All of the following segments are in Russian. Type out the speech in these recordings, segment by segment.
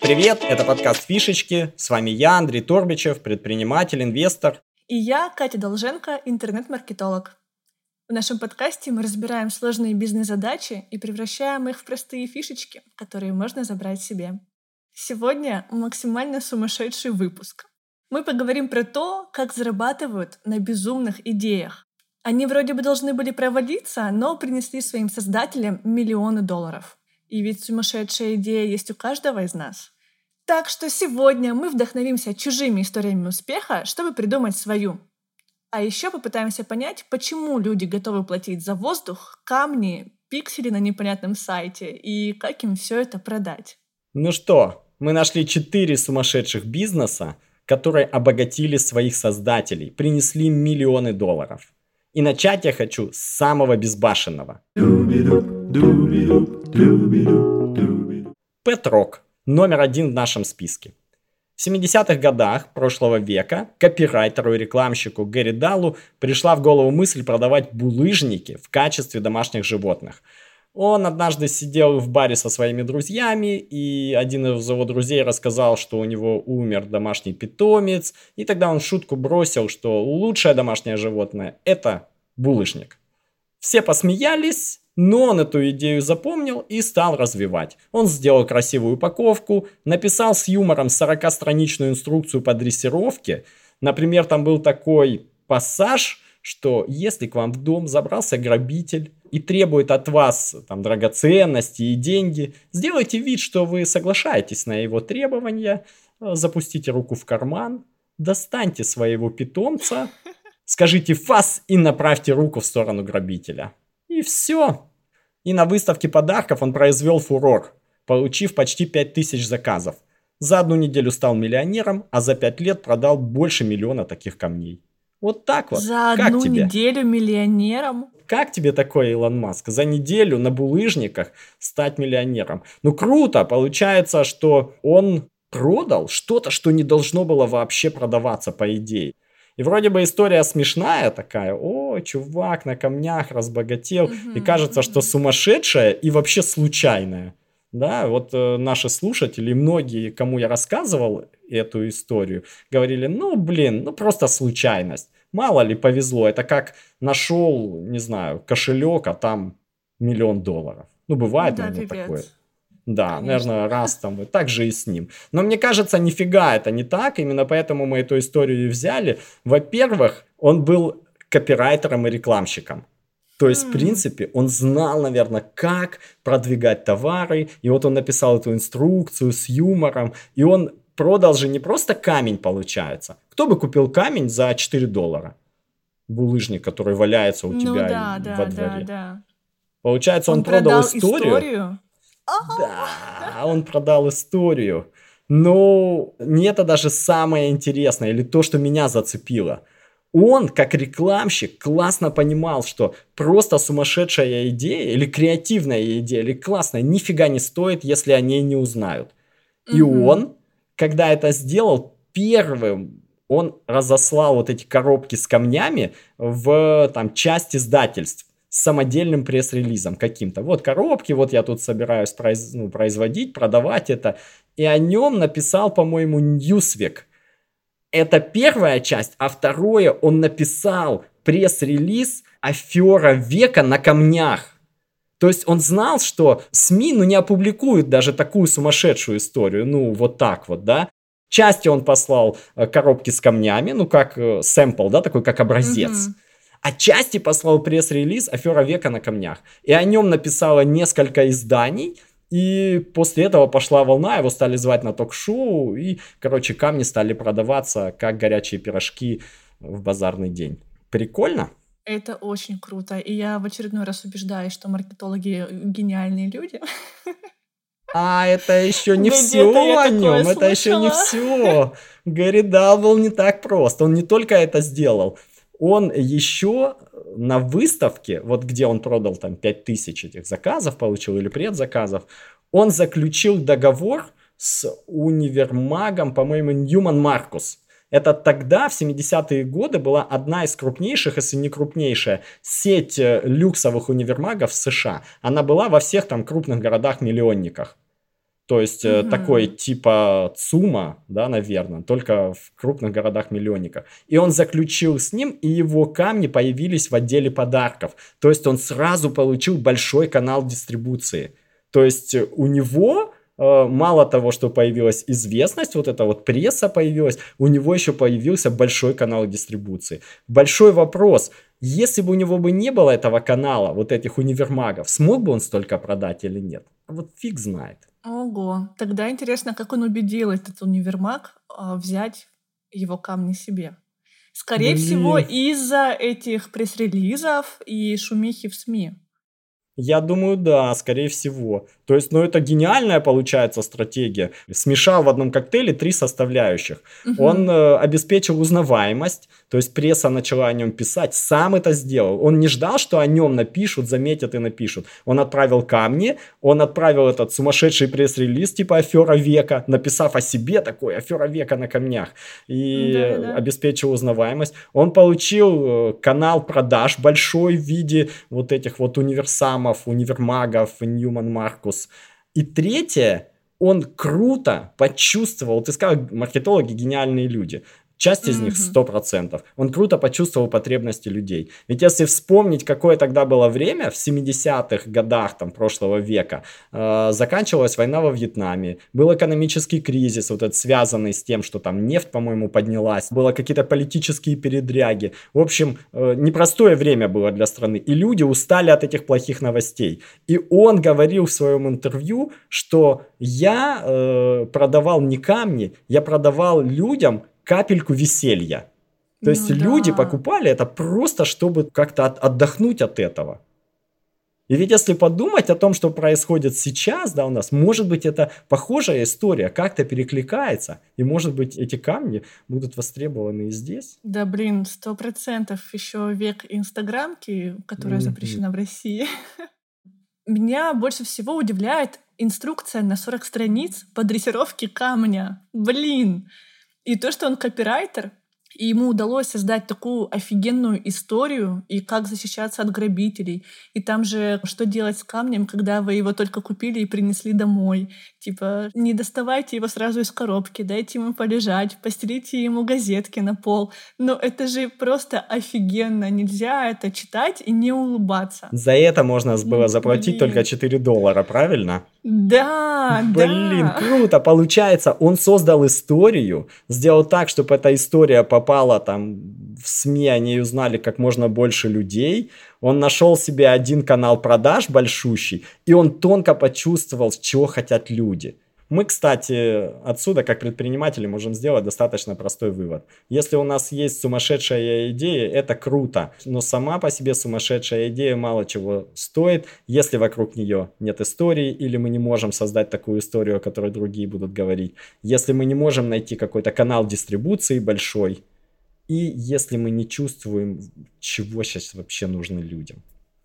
Привет, это подкаст «Фишечки». С вами я, Андрей Торбичев, предприниматель, инвестор. И я, Катя Долженко, интернет-маркетолог. В нашем подкасте мы разбираем сложные бизнес-задачи и превращаем их в простые фишечки, которые можно забрать себе. Сегодня максимально сумасшедший выпуск. Мы поговорим про то, как зарабатывают на безумных идеях. Они вроде бы должны были провалиться, но принесли своим создателям миллионы долларов. И ведь сумасшедшая идея есть у каждого из нас. Так что сегодня мы вдохновимся чужими историями успеха, чтобы придумать свою. А еще попытаемся понять, почему люди готовы платить за воздух, камни, пиксели на непонятном сайте и как им все это продать. Ну что, мы нашли 4 сумасшедших бизнеса, которые обогатили своих создателей, принесли миллионы долларов. И начать я хочу с самого безбашенного. Пэт-Рок. Номер 1 в нашем списке. В 70-х годах прошлого века копирайтеру и рекламщику Гэри Даллу пришла в голову мысль продавать булыжники в качестве домашних животных. Он однажды сидел в баре со своими друзьями, и один из его друзей рассказал, что у него умер домашний питомец, и тогда он в шутку бросил, что лучшее домашнее животное – это булыжник. Все посмеялись, но он эту идею запомнил и стал развивать. Он сделал красивую упаковку, написал с юмором 40-страничную инструкцию по дрессировке. Например, там был такой пассаж, что если к вам в дом забрался грабитель и требует от вас драгоценности и деньги, сделайте вид, что вы соглашаетесь на его требования, запустите руку в карман, достаньте своего питомца, скажите «фас» и направьте руку в сторону грабителя. И все. И на выставке подарков он произвел фурор, получив почти 5000 заказов. За 1 неделю стал миллионером, а за 5 лет продал больше 1 миллиона таких камней. Вот так вот. За как 1 тебе? неделю миллионером? Как тебе такой, Илон Маск? За неделю на булыжниках стать миллионером? Ну круто, получается, что он продал что-то, что не должно было вообще продаваться по идее. И вроде бы история смешная такая, о, чувак на камнях разбогател, и кажется, что сумасшедшая и вообще случайная. Да, вот наши слушатели, многие, кому я рассказывал эту историю, говорили, ну просто случайность. Мало ли повезло, это как нашел, не знаю, кошелек, а там $1 миллион. Ну, бывает, наверное, такое. Да, конечно. Наверное, раз там, и так же и с ним. Но мне кажется, нифига это не так, именно поэтому мы эту историю и взяли. Во-первых, он был копирайтером и рекламщиком. То есть, в принципе, он знал, наверное, как продвигать товары, и вот он написал эту инструкцию с юмором, и он продал же не просто камень, получается. Кто бы купил камень за $4? Булыжник, который валяется у тебя во дворе. Да. Получается, он продал историю. Да, он продал историю. Но не это даже самое интересное, или то, что меня зацепило. Он, как рекламщик, классно понимал, что просто сумасшедшая идея, или креативная идея, или классная, нифига не стоит, если о ней не узнают. И он, когда это сделал, первым он разослал вот эти коробки с камнями в часть издательств. С самодельным пресс-релизом каким-то. Вот коробки, вот я тут собираюсь производить, продавать это. И о нем написал, по-моему, Newsweek. Это первая часть, а второе, он написал пресс-релиз «Афера века на камнях». То есть он знал, что СМИ не опубликуют даже такую сумасшедшую историю. Вот так вот, да. Части он послал коробки с камнями, как сэмпл, да, такой как образец. А части послал пресс-релиз «Афера века на камнях». И о нем написало несколько изданий. И после этого пошла волна, его стали звать на ток-шоу. И, камни стали продаваться, как горячие пирожки в базарный день. Прикольно? Это очень круто. И я в очередной раз убеждаюсь, что маркетологи гениальные люди. А это еще не все о нем. Это еще не все. Гэри Далл был не так прост. Он не только это сделал. Он еще на выставке, вот где он продал 5000 этих заказов, получил или предзаказов, он заключил договор с универмагом, по-моему, Ньюман Маркус. Это тогда, в 70-е годы, была одна из крупнейших, если не крупнейшая, сеть люксовых универмагов в США. Она была во всех крупных городах-миллионниках. То есть такой типа ЦУМа, да, наверное, только в крупных городах-миллионниках. И он заключил с ним, и его камни появились в отделе подарков. То есть он сразу получил большой канал дистрибуции. То есть у него мало того, что появилась известность, вот эта вот пресса появилась, у него еще появился большой канал дистрибуции. Большой вопрос, если бы у него бы не было этого канала, вот этих универмагов, смог бы он столько продать или нет? Вот фиг знает. Ого, тогда интересно, как он убедил этот универмаг взять его камни себе. Скорее всего, из-за этих пресс-релизов и шумихи в СМИ. Я думаю, да, скорее всего. То есть, ну, это гениальная, получается, стратегия. Смешал в одном коктейле 3 составляющих. Он обеспечил узнаваемость, то есть пресса начала о нем писать, сам это сделал. Он не ждал, что о нем напишут, заметят и напишут. Он отправил камни, он отправил этот сумасшедший пресс-релиз, типа «Афера века», написав о себе такой «Афера века на камнях». И обеспечил узнаваемость. Он получил канал продаж большой в виде вот этих вот универмагов, Ньюман Маркус. И третье, он круто почувствовал, ты сказал, маркетологи гениальные люди. Часть из них 100%. Он круто почувствовал потребности людей. Ведь если вспомнить, какое тогда было время, в 70-х годах там, прошлого века, заканчивалась война во Вьетнаме, был экономический кризис, вот этот, связанный с тем, что там нефть, по-моему, поднялась, было какие-то политические передряги. В общем, непростое время было для страны, и люди устали от этих плохих новостей. И он говорил в своем интервью, что я продавал не камни, я продавал людям капельку веселья. То есть люди покупали это просто, чтобы как-то отдохнуть от этого. И ведь если подумать о том, что происходит сейчас, да, у нас, может быть, это похожая история, как-то перекликается, и, может быть, эти камни будут востребованы и здесь. Да, блин, 100%. Еще век инстаграмки, которая запрещена в России. Меня больше всего удивляет инструкция на 40 страниц по дрессировке камня. Блин! И то, что он копирайтер, и ему удалось создать такую офигенную историю, и как защищаться от грабителей. И там же, что делать с камнем, когда вы его только купили и принесли домой. Типа, не доставайте его сразу из коробки, дайте ему полежать, постелите ему газетки на пол. Но это же просто офигенно. Нельзя это читать и не улыбаться. За это можно было заплатить только $4, правильно? Да, Блин, круто. Получается, он создал историю, сделал так, чтобы эта история попала там в СМИ, они узнали как можно больше людей. Он нашел себе один канал продаж большущий, и он тонко почувствовал, чего хотят люди. Мы, кстати, отсюда, как предприниматели, можем сделать достаточно простой вывод. Если у нас есть сумасшедшая идея, это круто, но сама по себе сумасшедшая идея мало чего стоит, если вокруг нее нет истории, или мы не можем создать такую историю, о которой другие будут говорить, если мы не можем найти какой-то канал дистрибуции большой, и если мы не чувствуем, чего сейчас вообще нужно людям.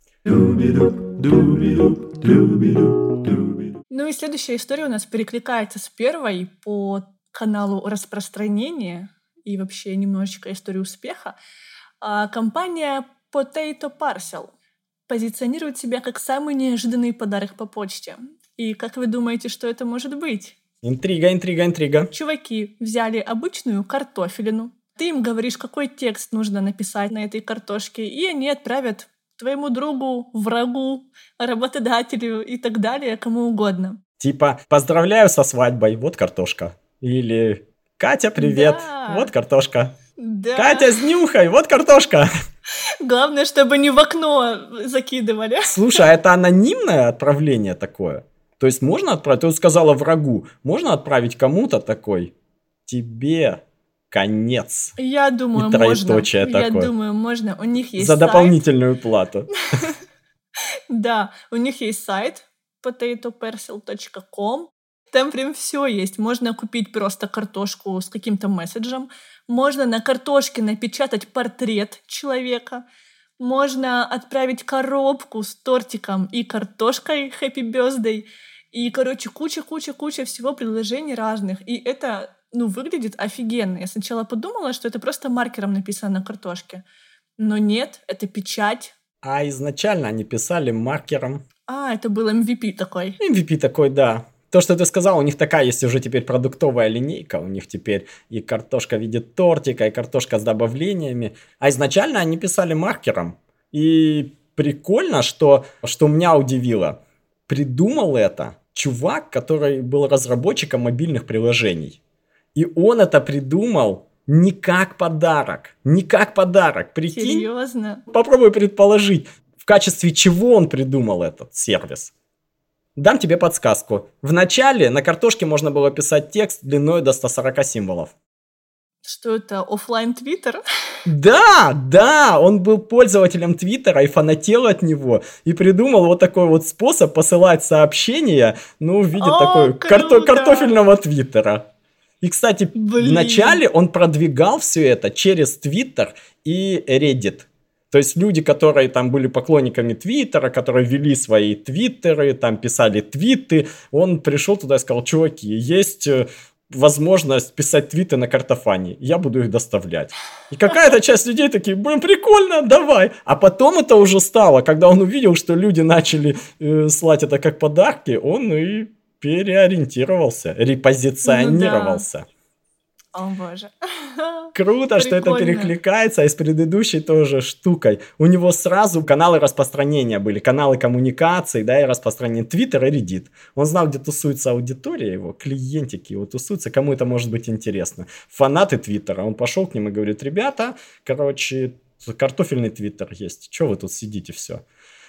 Ну и следующая история у нас перекликается с первой по каналу распространения и вообще немножечко истории успеха. Компания Potato Parcel позиционирует себя как самый неожиданный подарок по почте. И как вы думаете, что это может быть? Интрига. Чуваки взяли обычную картофелину. Ты им говоришь, какой текст нужно написать на этой картошке, и они отправят твоему другу, врагу, работодателю и так далее, кому угодно. Типа, поздравляю со свадьбой, вот картошка. Или Катя, привет, вот картошка. Да. Катя, снюхай, вот картошка. Главное, чтобы не в окно закидывали. Слушай, а это анонимное отправление такое? То есть можно отправить, ты сказала врагу, можно отправить кому-то такой, тебе конец. Я думаю, и троеточие можно. Такое. Я думаю, можно. У них есть За сайт. дополнительную плату. Да, у них есть сайт potatoparcel.com. Там прям все есть. Можно купить просто картошку с каким-то месседжем. Можно на картошке напечатать портрет человека. Можно отправить коробку с тортиком и картошкой Happy Birthday. И, короче, куча всего предложений разных. И это, выглядит офигенно. Я сначала подумала, что это просто маркером написано на картошке. Но нет, это печать. А изначально они писали маркером. Это был MVP такой. MVP такой, да. То, что ты сказал, у них такая есть уже теперь продуктовая линейка, у них теперь и картошка в виде тортика, и картошка с добавлениями. А изначально они писали маркером. И прикольно, что меня удивило. Придумал это чувак, который был разработчиком мобильных приложений. И он это придумал не как подарок. Не как подарок. Прикинь? Серьезно? Попробуй предположить, в качестве чего он придумал этот сервис. Дам тебе подсказку. Вначале на картошке можно было писать текст длиной до 140 символов. Что это, офлайн Твиттер? Да, он был пользователем Твиттера и фанател от него. И придумал вот такой вот способ посылать сообщения, в виде такой картофельного Твиттера. И, кстати, вначале он продвигал все это через Твиттер и Reddit. То есть люди, которые там были поклонниками Твиттера, которые вели свои твиттеры, там писали твиты, он пришел туда и сказал: чуваки, есть возможность писать твиты на картофане, я буду их доставлять. И какая-то часть людей такие: блин, прикольно, давай. А потом это уже стало, когда он увидел, что люди начали слать это как подарки, он и переориентировался, репозиционировался. О боже. Круто, что это перекликается с предыдущей тоже штукой. У него сразу каналы распространения были, каналы коммуникаций, да, и распространения Twitter и Reddit. Он знал, где тусуется аудитория его, клиентики его тусуются, кому это может быть интересно. Фанаты Твиттера. Он пошел к ним и говорит: ребята, картофельный Твиттер есть, что вы тут сидите все?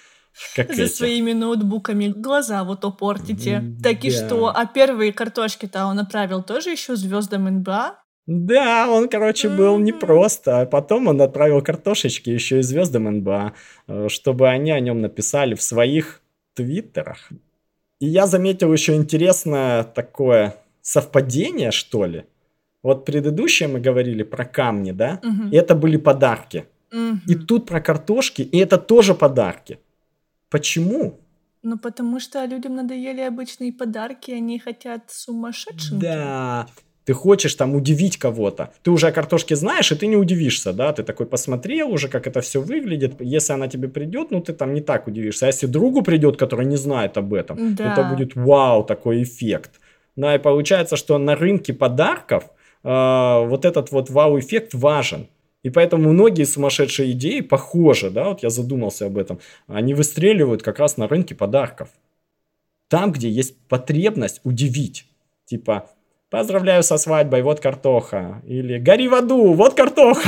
За своими ноутбуками глаза вот портите. Так и что? А первые картошки-то он отправил тоже еще звездам НБА? Да, он, был непросто. А потом он отправил картошечки еще и звездам НБА, чтобы они о нем написали в своих твиттерах. И я заметил еще интересное такое совпадение, что ли. Вот предыдущее мы говорили про камни, да? И это были подарки. И тут про картошки, и это тоже подарки. Почему? Потому что людям надоели обычные подарки, они хотят сумасшедшим. Да, ты хочешь там удивить кого-то. Ты уже о картошке знаешь, и ты не удивишься, да? Ты такой посмотрел уже, как это все выглядит. Если она тебе придет, ты там не так удивишься. А если другу придет, который не знает об этом, это будет вау, такой эффект. Да, и получается, что на рынке подарков вот этот вот вау-эффект важен. И поэтому многие сумасшедшие идеи похожи, да, вот я задумался об этом, они выстреливают как раз на рынке подарков. Там, где есть потребность удивить. Типа: поздравляю со свадьбой, вот картоха. Или гори в аду, вот картоха.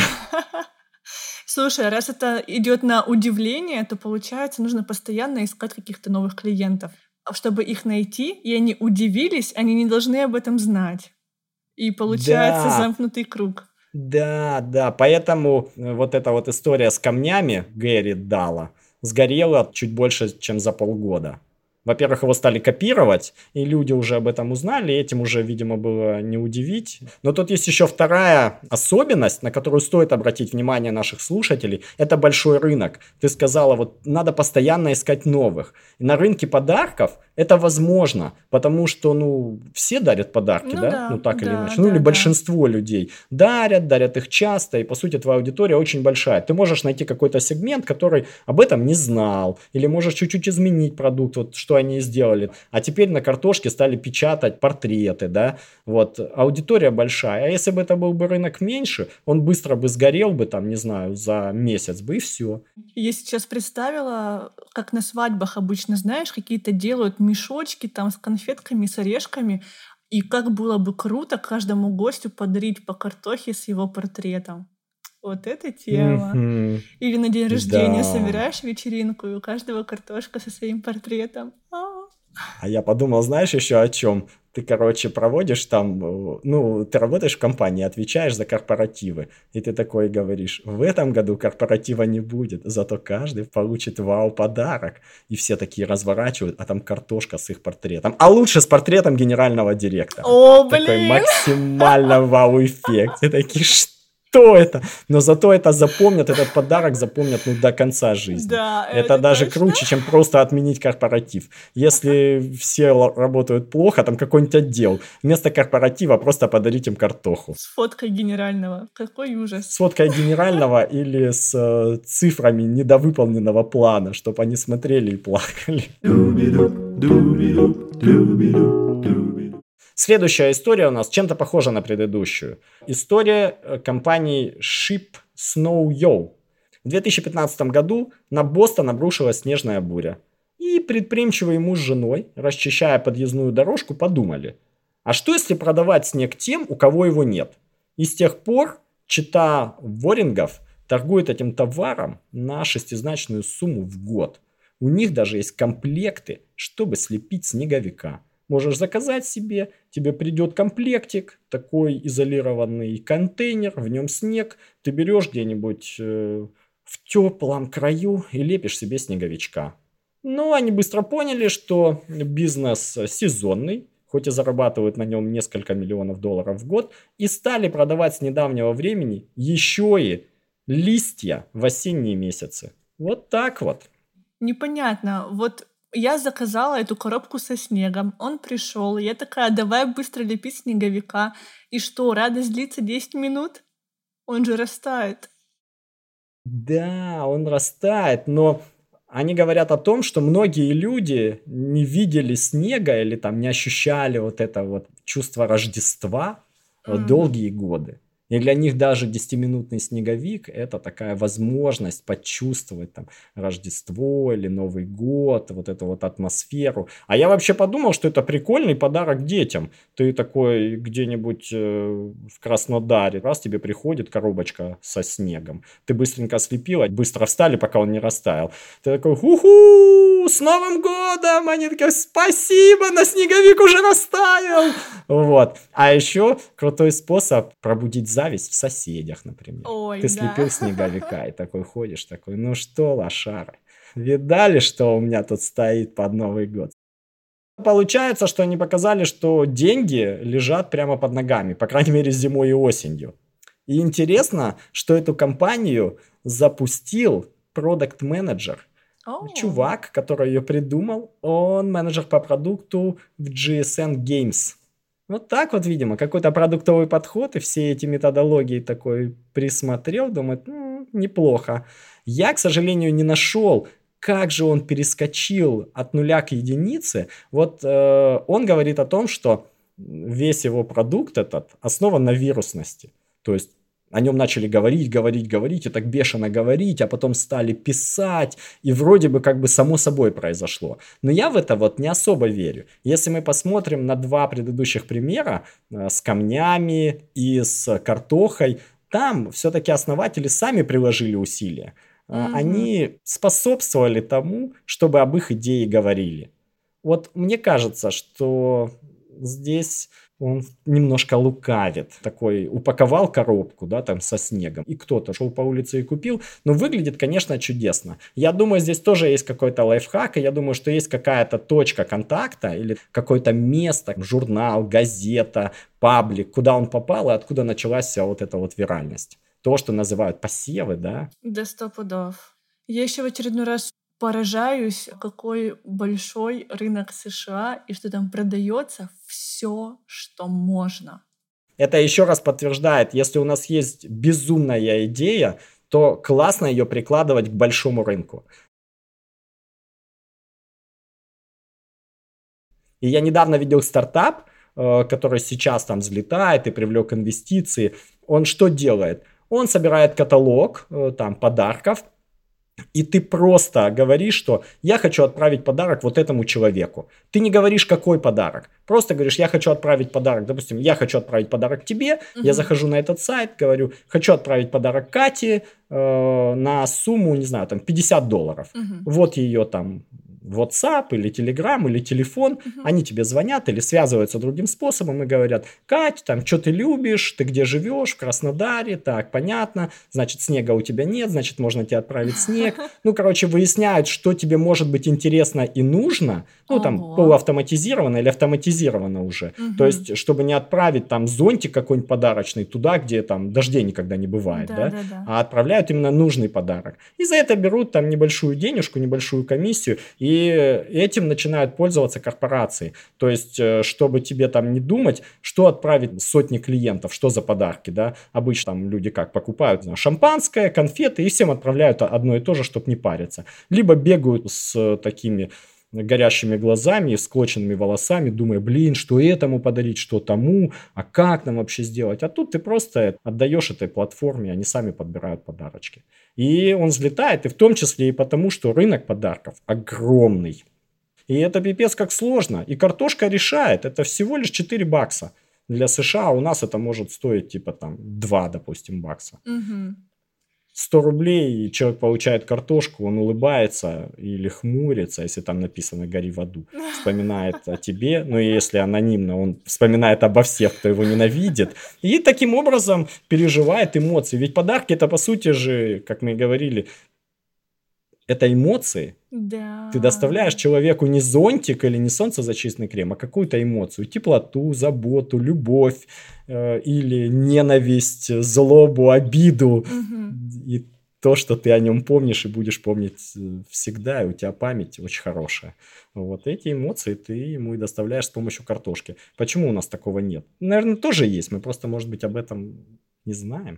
Слушай, раз это идет на удивление, то получается, нужно постоянно искать каких-то новых клиентов. Чтобы их найти, и они удивились, они не должны об этом знать. И получается замкнутый круг. Да, поэтому вот эта вот история с камнями Гэри Далла сгорела чуть больше, чем за полгода. Во-первых, его стали копировать, и люди уже об этом узнали, этим уже, видимо, было не удивить. Но тут есть еще вторая особенность, на которую стоит обратить внимание наших слушателей. Это большой рынок. Ты сказала, вот надо постоянно искать новых. И на рынке подарков это возможно, потому что, все дарят подарки, да? Так или иначе. Или большинство людей дарят их часто, и, по сути, твоя аудитория очень большая. Ты можешь найти какой-то сегмент, который об этом не знал, или можешь чуть-чуть изменить продукт, вот что они сделали. А теперь на картошке стали печатать портреты, да? Вот, аудитория большая. А если бы это был бы рынок меньше, он быстро бы сгорел бы, там, не знаю, за месяц бы, и все. Я сейчас представила, как на свадьбах обычно, знаешь, какие-то делают мешочки там с конфетками, с орешками, и как было бы круто каждому гостю подарить по картохе с его портретом. Вот это тема. Или на день рождения собираешь вечеринку, и у каждого картошка со своим портретом. А я подумал, знаешь, еще о чем? Ты, проводишь там, ты работаешь в компании, отвечаешь за корпоративы, и ты такой говоришь: в этом году корпоратива не будет, зато каждый получит вау-подарок. И все такие разворачивают, а там картошка с их портретом. А лучше с портретом генерального директора. О, блин! Такой максимально вау-эффект. И такие: что что это? Но зато это запомнят, этот подарок запомнят до конца жизни. Да, это даже точно. круче, чем просто отменить корпоратив. Если все работают плохо, там какой-нибудь отдел, вместо корпоратива просто подарить им картоху. С фоткой генерального. Какой ужас. С фоткой генерального или с цифрами недовыполненного плана, чтобы они смотрели и плакали. Следующая история у нас чем-то похожа на предыдущую. История компании Ship Snow Yo. В 2015 году на Бостон обрушилась снежная буря. И предприимчивый муж с женой, расчищая подъездную дорожку, подумали, а что если продавать снег тем, у кого его нет? И с тех пор чета Ворингов торгует этим товаром на 6-значную сумму в год. У них даже есть комплекты, чтобы слепить снеговика. Можешь заказать себе, тебе придет комплектик, такой изолированный контейнер, в нем снег. Ты берешь где-нибудь в теплом краю и лепишь себе снеговичка. Но они быстро поняли, что бизнес сезонный, хоть и зарабатывают на нем несколько миллионов долларов в год, и стали продавать с недавнего времени еще и листья в осенние месяцы. Вот так вот. Непонятно. Вот я заказала эту коробку со снегом, он пришел, я такая, давай быстро лепить снеговика. И что, радость длится 10 минут? Он же растает. Да, он растает, но они говорят о том, что многие люди не видели снега или там не ощущали вот это вот чувство Рождества долгие годы. И для них даже 10-минутный снеговик – это такая возможность почувствовать там Рождество или Новый год, вот эту вот атмосферу. А я вообще подумал, что это прикольный подарок детям. Ты такой где-нибудь в Краснодаре, раз тебе приходит коробочка со снегом. Ты быстренько слепила, быстро встали, пока он не растаял. Ты такой, ху-ху, с Новым годом! Они такие, спасибо, на снеговик уже растаял! Вот. А еще крутой способ пробудить зависть в соседях, например. Ой, ты слепил снеговика и такой ходишь, такой, ну что, лошары, видали, что у меня тут стоит под Новый год? Получается, что они показали, что деньги лежат прямо под ногами, по крайней мере, зимой и осенью. И интересно, что эту компанию запустил продакт-менеджер. Чувак, который ее придумал, он менеджер по продукту в GSN Games. Вот так вот, видимо, какой-то продуктовый подход, и все эти методологии такой присмотрел, думает, неплохо. Я, к сожалению, не нашел, как же он перескочил от 0 к 1. Вот он говорит о том, что весь его продукт этот основан на вирусности. То есть о нем начали говорить, и так бешено говорить, а потом стали писать, и вроде бы как бы само собой произошло. Но я в это вот не особо верю. Если мы посмотрим на 2 предыдущих примера с камнями и с картохой, там все-таки основатели сами приложили усилия. Они способствовали тому, чтобы об их идее говорили. Вот мне кажется, что здесь он немножко лукавит. Такой упаковал коробку, да, там со снегом, и кто-то шел по улице и купил. Но выглядит, конечно, чудесно. Я думаю, здесь тоже есть какой-то лайфхак, и я думаю, что есть какая-то точка контакта или какое-то место, журнал, газета, паблик, куда он попал и откуда началась вся вот эта вот виральность. То, что называют посевы, да? Да 100 пудов. Я еще в очередной раз поражаюсь, какой большой рынок США и что там продается все, что можно. Это еще раз подтверждает, если у нас есть безумная идея, то классно ее прикладывать к большому рынку. И я недавно видел стартап, который сейчас там взлетает и привлек инвестиции. Он что делает? Он собирает каталог там подарков, и ты просто говоришь, что я хочу отправить подарок вот этому человеку. Ты не говоришь, какой подарок. Просто говоришь, я хочу отправить подарок. Допустим, я хочу отправить подарок тебе. Я захожу на этот сайт, говорю, хочу отправить подарок Кате на сумму, не знаю, там $50. Вот ее там WhatsApp или Telegram или телефон, они тебе звонят или связываются другим способом и говорят: Кать, там, что ты любишь, ты где живешь, в Краснодаре, так, понятно, значит, снега у тебя нет, значит, можно тебе отправить снег. Ну, короче, выясняют, что тебе может быть интересно и нужно, ну, там, полуавтоматизировано или автоматизировано уже. То есть, чтобы не отправить там зонтик какой-нибудь подарочный туда, где там дождей никогда не бывает, да? А отправляют именно нужный подарок. И за это берут там небольшую денежку, небольшую комиссию, и этим начинают пользоваться корпорации. То есть, чтобы тебе там не думать, что отправить сотни клиентов, что за подарки, да. Обычно там люди как покупают, знаю, шампанское, конфеты, и всем отправляют одно и то же, чтобы не париться. Либо бегают с такими горящими глазами и всклоченными волосами, думая: блин, что этому подарить, что тому, а как нам вообще сделать? А тут ты просто отдаешь этой платформе, они сами подбирают подарочки. И он взлетает, и в том числе и потому, что рынок подарков огромный. И это пипец как сложно. И картошка решает, это всего лишь $4. Для США у нас это может стоить типа там 2, допустим, бакса. 100 рублей, и человек получает картошку, он улыбается или хмурится, если там написано «гори в аду», вспоминает о тебе, ну и если анонимно, он вспоминает обо всех, кто его ненавидит, и таким образом переживает эмоции. Ведь подарки это, по сути же, как мы и говорили, это эмоции. Да. Ты доставляешь человеку не зонтик или не солнцезащитный крем, а какую-то эмоцию, теплоту, заботу, любовь или ненависть, злобу, обиду. И то, что ты о нем помнишь и будешь помнить всегда, и у тебя память очень хорошая. Вот эти эмоции ты ему и доставляешь с помощью картошки. Почему у нас такого нет? Наверное, тоже есть, мы просто, может быть, об этом не знаем.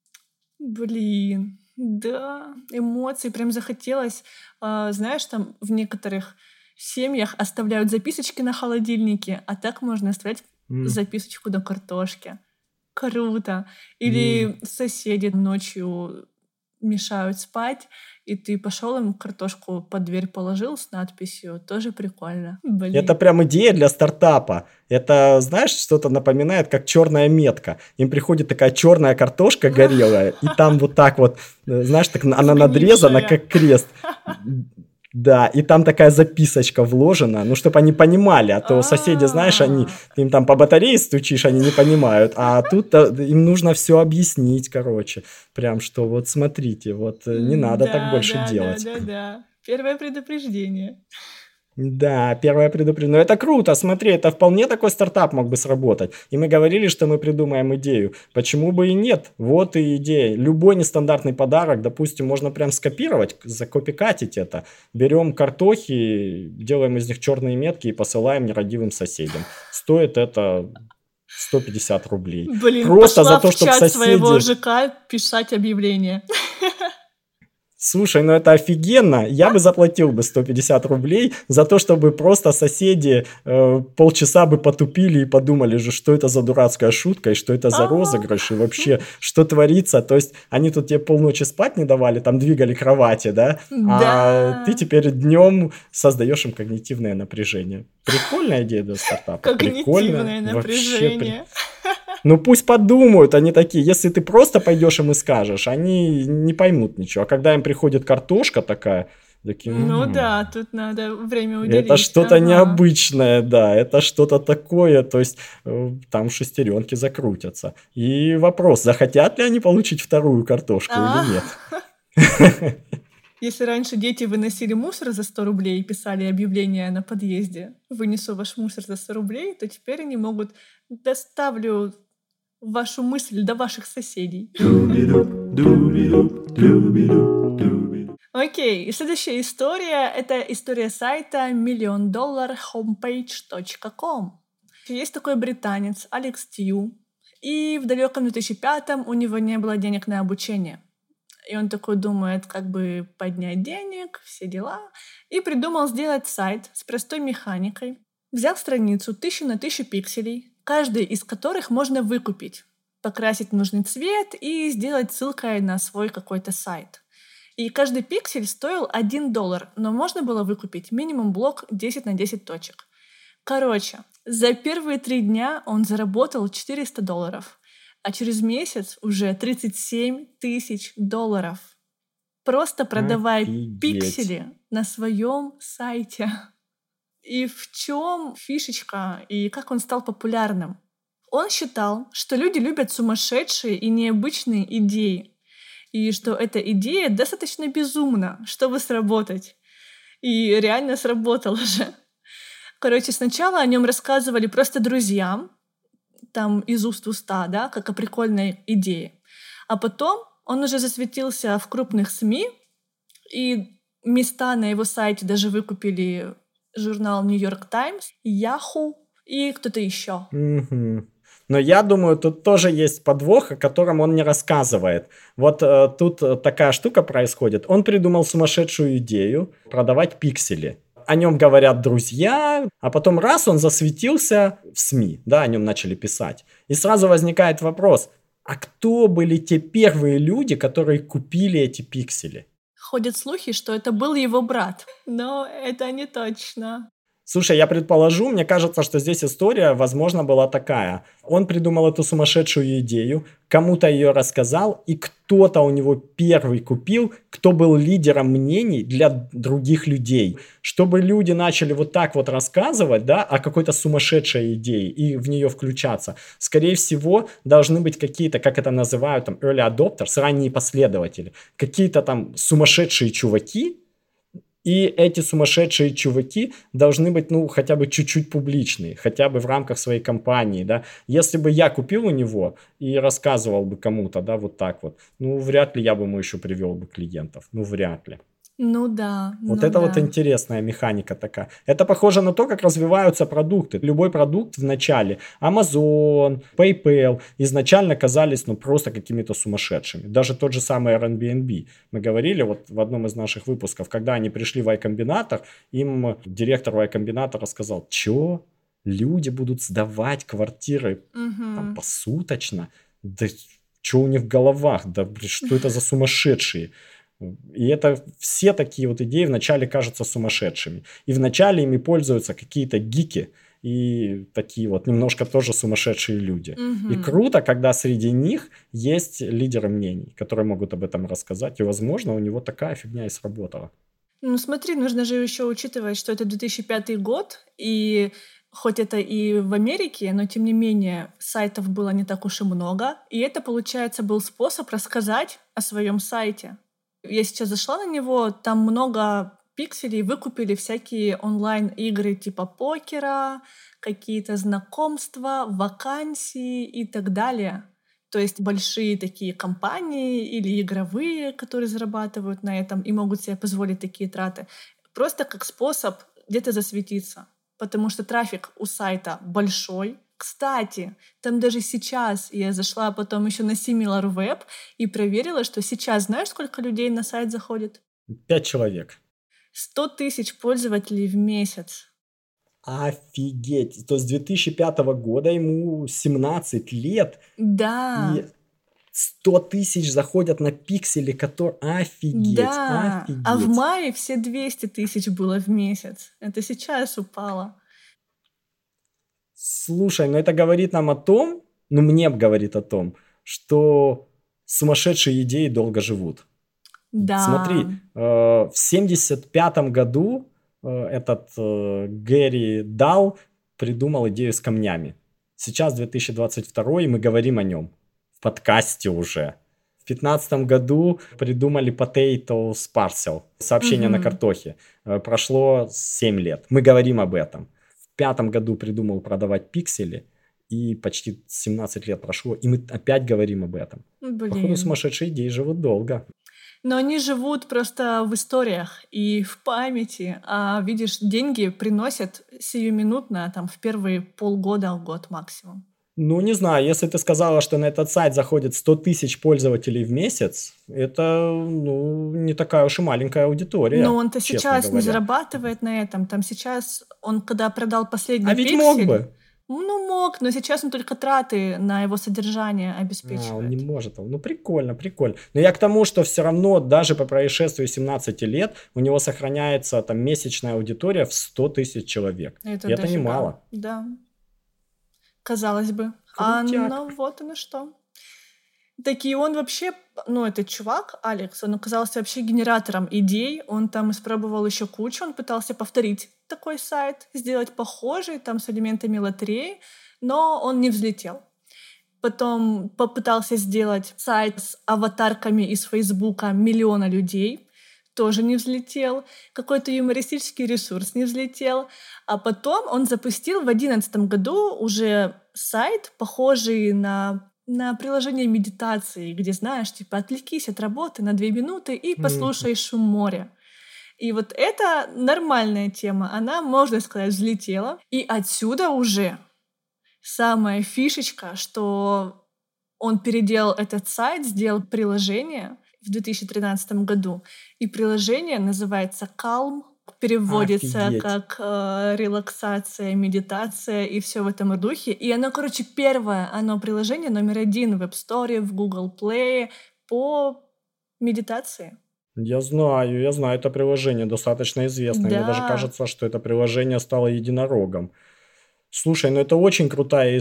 Блин, да, эмоции, прям захотелось. Знаешь, там в некоторых семьях оставляют записочки на холодильнике, а так можно оставлять записочку до картошки. Круто. Или соседи ночью мешают спать, и ты пошел им картошку под дверь положил с надписью. Тоже прикольно. Блин. Это прям идея для стартапа. Это, знаешь, что-то напоминает, как черная метка. Им приходит такая черная картошка горелая, и там вот так вот, знаешь, так она надрезана, как крест. Да, и там такая записочка вложена, ну, чтобы они понимали, а то соседи, знаешь, ты им там по батарее стучишь, они не понимают, а тут им нужно все объяснить, короче, прям что вот смотрите, вот не надо так больше делать. Да. Первое предупреждение. Да, первое предупреждение. Но это круто, смотри, это вполне такой стартап мог бы сработать. И мы говорили, что мы придумаем идею. Почему бы и нет? Вот и идея. Любой нестандартный подарок, допустим, можно прям скопировать, закопикатить это. Берем картохи, делаем из них черные метки и посылаем нерадивым соседям. Стоит это 150 рублей. Блин, просто пошла за то, в чтобы чат соседи... своего ЖК писать объявление. Слушай, ну это офигенно. Я бы заплатил бы 150 рублей за то, чтобы просто соседи полчаса бы потупили и подумали же, что это за дурацкая шутка, и что это за розыгрыш, и вообще, что творится. То есть они тут тебе полночи спать не давали, там двигали кровати, да? А ты теперь днем создаешь им когнитивное напряжение. Прикольная идея для стартапа. Когнитивное напряжение. Ну пусть подумают, они такие, если ты просто пойдешь им и скажешь, они не поймут ничего. А когда им приходит картошка такая, такие... Ну да, тут надо время уделить. Это что-то необычное, да, это что-то такое, то есть там шестеренки закрутятся. И вопрос, захотят ли они получить вторую картошку или нет? Если раньше дети выносили мусор за 100 рублей и писали объявление на подъезде «Вынесу ваш мусор за 100 рублей», то теперь они могут «Доставлю вашу мысль до ваших соседей». Окей, и следующая история — это история сайта milliondollarhomepage.com. Есть такой британец Алекс Тью, и в далеком 2005-м у него не было денег на обучение. И он такой думает, как бы поднять денег, все дела, и придумал сделать сайт с простой механикой. Взял страницу 1000 на 1000 пикселей, каждый из которых можно выкупить, покрасить в нужный цвет и сделать ссылкой на свой какой-то сайт. И каждый пиксель стоил $1, но можно было выкупить минимум блок 10 на 10 точек. Короче, за первые 3 дня он заработал $400, а через месяц уже $37 000. Просто продавая пиксели на своем сайте. И в чем фишечка, и как он стал популярным? Он считал, что люди любят сумасшедшие и необычные идеи, и что эта идея достаточно безумна, чтобы сработать. И реально сработало же. Короче, сначала о нем рассказывали просто друзьям, там из уст в уста, да, как о прикольной идее. А потом он уже засветился в крупных СМИ, и места на его сайте даже выкупили журнал New York Times, Yahoo и кто-то еще. Но я думаю, тут тоже есть подвох, о котором он не рассказывает. Вот тут такая штука происходит. Он придумал сумасшедшую идею продавать пиксели. О нем говорят друзья, а потом раз он засветился в СМИ, да, о нем начали писать. И сразу возникает вопрос, а кто были те первые люди, которые купили эти пиксели? Ходят слухи, что это был его брат, но это не точно. Слушай, я предположу, мне кажется, что здесь история, возможно, была такая. Он придумал эту сумасшедшую идею, кому-то ее рассказал, и кто-то у него первый купил, кто был лидером мнений для других людей. Чтобы люди начали вот так вот рассказывать, да, о какой-то сумасшедшей идее и в нее включаться, скорее всего, должны быть какие-то, как это называют, там, early adopters, ранние последователи, какие-то там сумасшедшие чуваки. И эти сумасшедшие чуваки должны быть, ну, хотя бы чуть-чуть публичные, хотя бы в рамках своей компании, да. Если бы я купил у него и рассказывал бы кому-то, да, вот так вот, ну, вряд ли я бы ему еще привел бы клиентов, ну, вряд ли. Ну да. Вот это вот интересная механика такая. Это похоже на то, как развиваются продукты. Любой продукт в начале, Amazon, PayPal, изначально казались, ну, просто какими-то сумасшедшими. Даже тот же самый Airbnb. Мы говорили вот в одном из наших выпусков, когда они пришли в Y-комбинатор, им директор Y-комбинатора сказал, что люди будут сдавать квартиры там, посуточно? Да что у них в головах? Да что это за сумасшедшие? И это все такие вот идеи вначале кажутся сумасшедшими. И вначале ими пользуются какие-то гики и такие вот немножко тоже сумасшедшие люди. И круто, когда среди них есть лидеры мнений, которые могут об этом рассказать. И, возможно, у него такая фигня и сработала. Ну смотри, нужно же еще учитывать, что это 2005 год, и хоть это и в Америке, но тем не менее сайтов было не так уж и много. И это, получается, был способ рассказать о своем сайте. Я сейчас зашла на него, там много пикселей, выкупили всякие онлайн-игры типа покера, какие-то знакомства, вакансии и так далее. То есть большие такие компании или игровые, которые зарабатывают на этом и могут себе позволить такие траты. Просто как способ где-то засветиться. Потому что трафик у сайта большой. Кстати, там даже сейчас я зашла потом еще на SimilarWeb и проверила, что сейчас знаешь, сколько людей на сайт заходит? 5 человек. 100 тысяч пользователей в месяц. Офигеть! То есть с 2005 года ему 17 лет. Да. И 100 тысяч заходят на пиксели, которые... Офигеть! Да. Офигеть! А в мае все 200 тысяч было в месяц. Это сейчас упало. Слушай, ну это говорит нам о том, ну мне говорит о том, что сумасшедшие идеи долго живут. Да. Смотри, в 75-м году этот Гэри Далл придумал идею с камнями. Сейчас 2022 и мы говорим о нем в подкасте уже. В 2015 году придумали Potato Parcel, сообщение на картохе. Прошло 7 лет. Мы говорим об этом. В 2005 году придумал продавать пиксели, и почти 17 лет прошло, и мы опять говорим об этом. Походу, сумасшедшие идеи живут долго. Но они живут просто в историях и в памяти. А видишь, деньги приносят сиюминутно, там, в первые полгода, год максимум. Ну, не знаю, если ты сказала, что на этот сайт заходит 100 тысяч пользователей в месяц, это, ну, не такая уж и маленькая аудитория. Но он-то сейчас не зарабатывает на этом. Там сейчас он, когда продал последний пиксель... ведь мог бы. Ну, мог, но сейчас он только траты на его содержание обеспечивает. Он не может. Ну, прикольно, прикольно. Но я к тому, что все равно даже по происшествию 17 лет у него сохраняется там месячная аудитория в 100 тысяч человек. Это немало. Да. Казалось бы. Крутяк. Ну, вот оно что. Так и он вообще этот чувак, Алекс, он оказался вообще генератором идей, он там испробовал еще кучу, он пытался повторить такой сайт, сделать похожий, там с элементами лотереи, но он не взлетел. Потом попытался сделать сайт с аватарками из Фейсбука 1 миллиона людей, тоже не взлетел. Какой-то юмористический ресурс не взлетел. А потом он запустил в 2011 году уже сайт, похожий на приложение медитации, где, знаешь, типа отвлекись от работы на 2 минуты и послушай шум моря. И вот это нормальная тема, она, можно сказать, взлетела. И отсюда уже самая фишечка, что он переделал этот сайт, сделал приложение в 2013 году. И приложение называется Calm, переводится Офигеть. как релаксация, медитация и все в этом духе. И оно, короче, первое, оно приложение номер 1 в App Store, в Google Play по медитации. Я знаю это приложение достаточно известное. Мне даже Да. кажется, что это приложение стало единорогом. Слушай, это очень крутая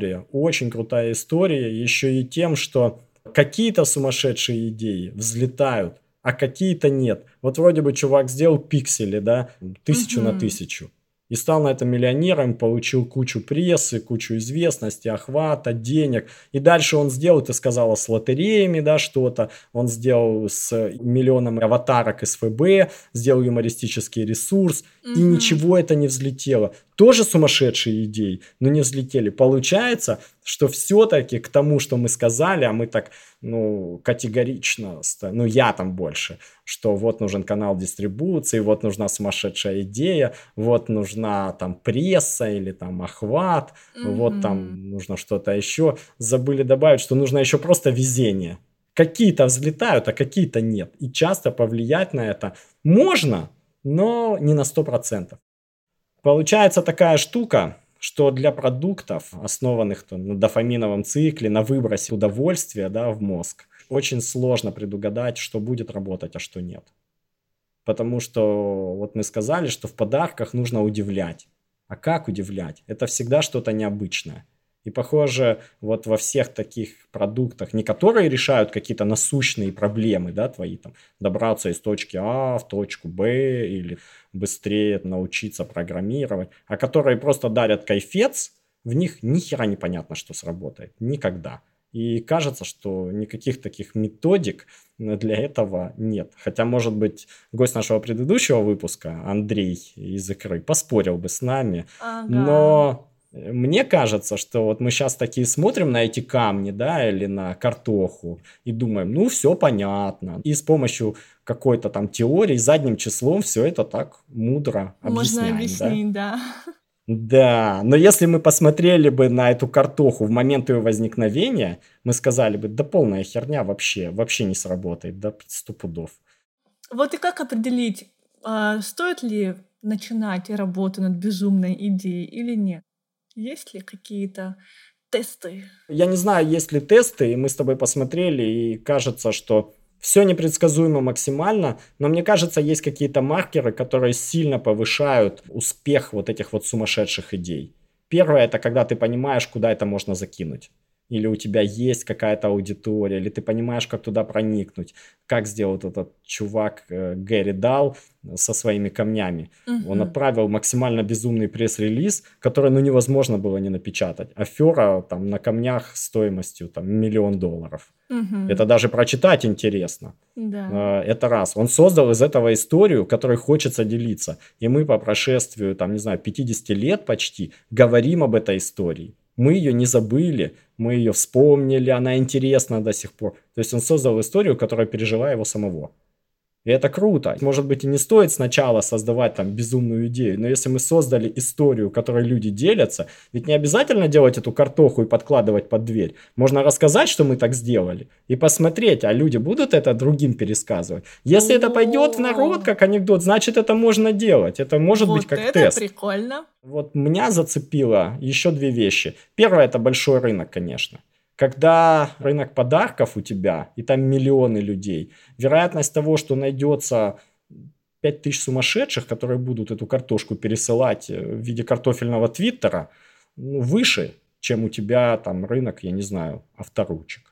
история, еще и тем, что какие-то сумасшедшие идеи взлетают, а какие-то нет. Вот вроде бы чувак сделал пиксели, да, 1000 на 1000. И стал на этом миллионером, получил кучу прессы, кучу известности, охвата, денег. И дальше он сделал, ты сказала, с лотереями, да, что-то. Он сделал с 1 миллионом аватарок из ФБ, сделал юмористический ресурс. И ничего это не взлетело. Тоже сумасшедшие идеи, но не взлетели. Получается, что все-таки к тому, что мы сказали, а мы так, категорично, я там больше, что вот нужен канал дистрибуции, вот нужна сумасшедшая идея, вот нужна там пресса или там охват, вот там нужно что-то еще. Забыли добавить, что нужно еще просто везение. Какие-то взлетают, а какие-то нет. И часто повлиять на это можно, но не на 100%. Получается такая штука, что для продуктов, основанных на дофаминовом цикле, на выбросе удовольствия, да, в мозг, очень сложно предугадать, что будет работать, а что нет. Потому что вот мы сказали, что в подарках нужно удивлять. А как удивлять? Это всегда что-то необычное. И похоже, вот во всех таких продуктах, не которые решают какие-то насущные проблемы, да, твои, там, добраться из точки А в точку Б или быстрее научиться программировать, а которые просто дарят кайфец, в них ни хера не понятно, что сработает. Никогда. И кажется, что никаких таких методик для этого нет. Хотя, может быть, гость нашего предыдущего выпуска, Андрей из Икры, поспорил бы с нами. Ага. Но мне кажется, что вот мы сейчас такие смотрим на эти камни, да, или на картоху и думаем, все понятно. И с помощью какой-то там теории, задним числом все это так мудро объясняем. Можно объяснить, да. Да, но если мы посмотрели бы на эту картоху в момент ее возникновения, мы сказали бы, да полная херня вообще не сработает, да 100 пудов. Вот и как определить, стоит ли начинать работу над безумной идеей или нет? Есть ли какие-то тесты? Я не знаю, есть ли тесты, и мы с тобой посмотрели, и кажется, что все непредсказуемо максимально, но мне кажется, есть какие-то маркеры, которые сильно повышают успех вот этих вот сумасшедших идей. Первое, это когда ты понимаешь, куда это можно закинуть. Или у тебя есть какая-то аудитория, или ты понимаешь, как туда проникнуть. Как сделал этот чувак Гэри Далл со своими камнями. Он отправил максимально безумный пресс-релиз, который невозможно было не напечатать. Афера там на камнях стоимостью там, $1 миллион. Это даже прочитать интересно. Да. Это раз. Он создал из этого историю, которой хочется делиться. И мы по прошествию, 50 лет почти говорим об этой истории. Мы ее не забыли, мы ее вспомнили, она интересна до сих пор. То есть он создал историю, которая пережила его самого. И это круто. Может быть, и не стоит сначала создавать безумную идею, но если мы создали историю, которой люди делятся, ведь не обязательно делать эту картоху и подкладывать под дверь. Можно рассказать, что мы так сделали, и посмотреть, а люди будут это другим пересказывать. Если это пойдет в народ как анекдот, значит, это можно делать. Это может быть как тест. Вот это прикольно. Вот меня зацепило еще 2 вещи. Первое, это большой рынок, конечно. Когда рынок подарков у тебя, и там миллионы людей, вероятность того, что найдется 5000 сумасшедших, которые будут эту картошку пересылать в виде картофельного твиттера, выше, чем у тебя там рынок, я не знаю, авторучек,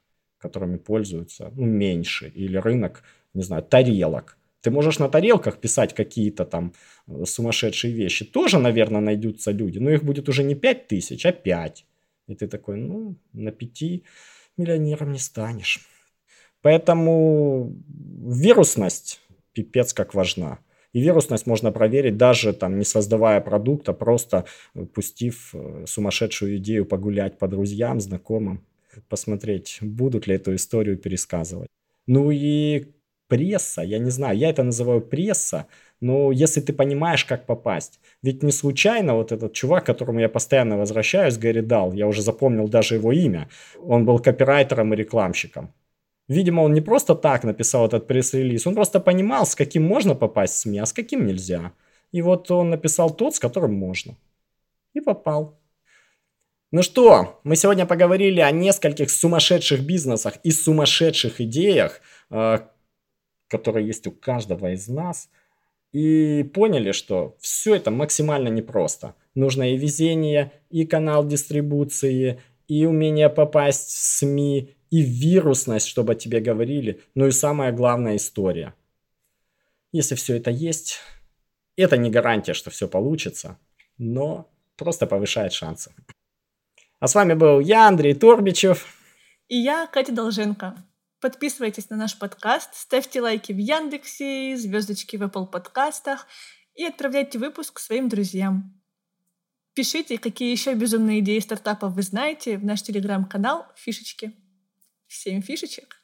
которыми пользуются, меньше. Или рынок, не знаю, тарелок. Ты можешь на тарелках писать какие-то там сумасшедшие вещи. Тоже, наверное, найдутся люди, но их будет уже не 5000, а 5. И ты такой, на 5 миллионером не станешь. Поэтому вирусность пипец как важна. И вирусность можно проверить даже там, не создавая продукта, просто пустив сумасшедшую идею погулять по друзьям, знакомым, посмотреть, будут ли эту историю пересказывать. Ну и пресса, я не знаю, я это называю пресса, но если ты понимаешь, как попасть. Ведь не случайно вот этот чувак, к которому я постоянно возвращаюсь, Гэри Далл, я уже запомнил даже его имя, он был копирайтером и рекламщиком. Видимо, он не просто так написал этот пресс-релиз, он просто понимал, с каким можно попасть в СМИ, а с каким нельзя. И вот он написал тот, с которым можно. И попал. Ну что, мы сегодня поговорили о нескольких сумасшедших бизнесах и сумасшедших идеях, которые есть у каждого из нас. И поняли, что все это максимально непросто. Нужно и везение, и канал дистрибуции, и умение попасть в СМИ, и вирусность, чтобы о тебе говорили. Ну и самая главная история. Если все это есть, это не гарантия, что все получится, но просто повышает шансы. А с вами был я, Андрей Торбичев. И я, Катя Долженко. Подписывайтесь на наш подкаст, ставьте лайки в Яндексе, звездочки в Apple подкастах и отправляйте выпуск своим друзьям. Пишите, какие еще безумные идеи стартапов вы знаете в наш телеграм-канал «Фишечки». Всем фишечек!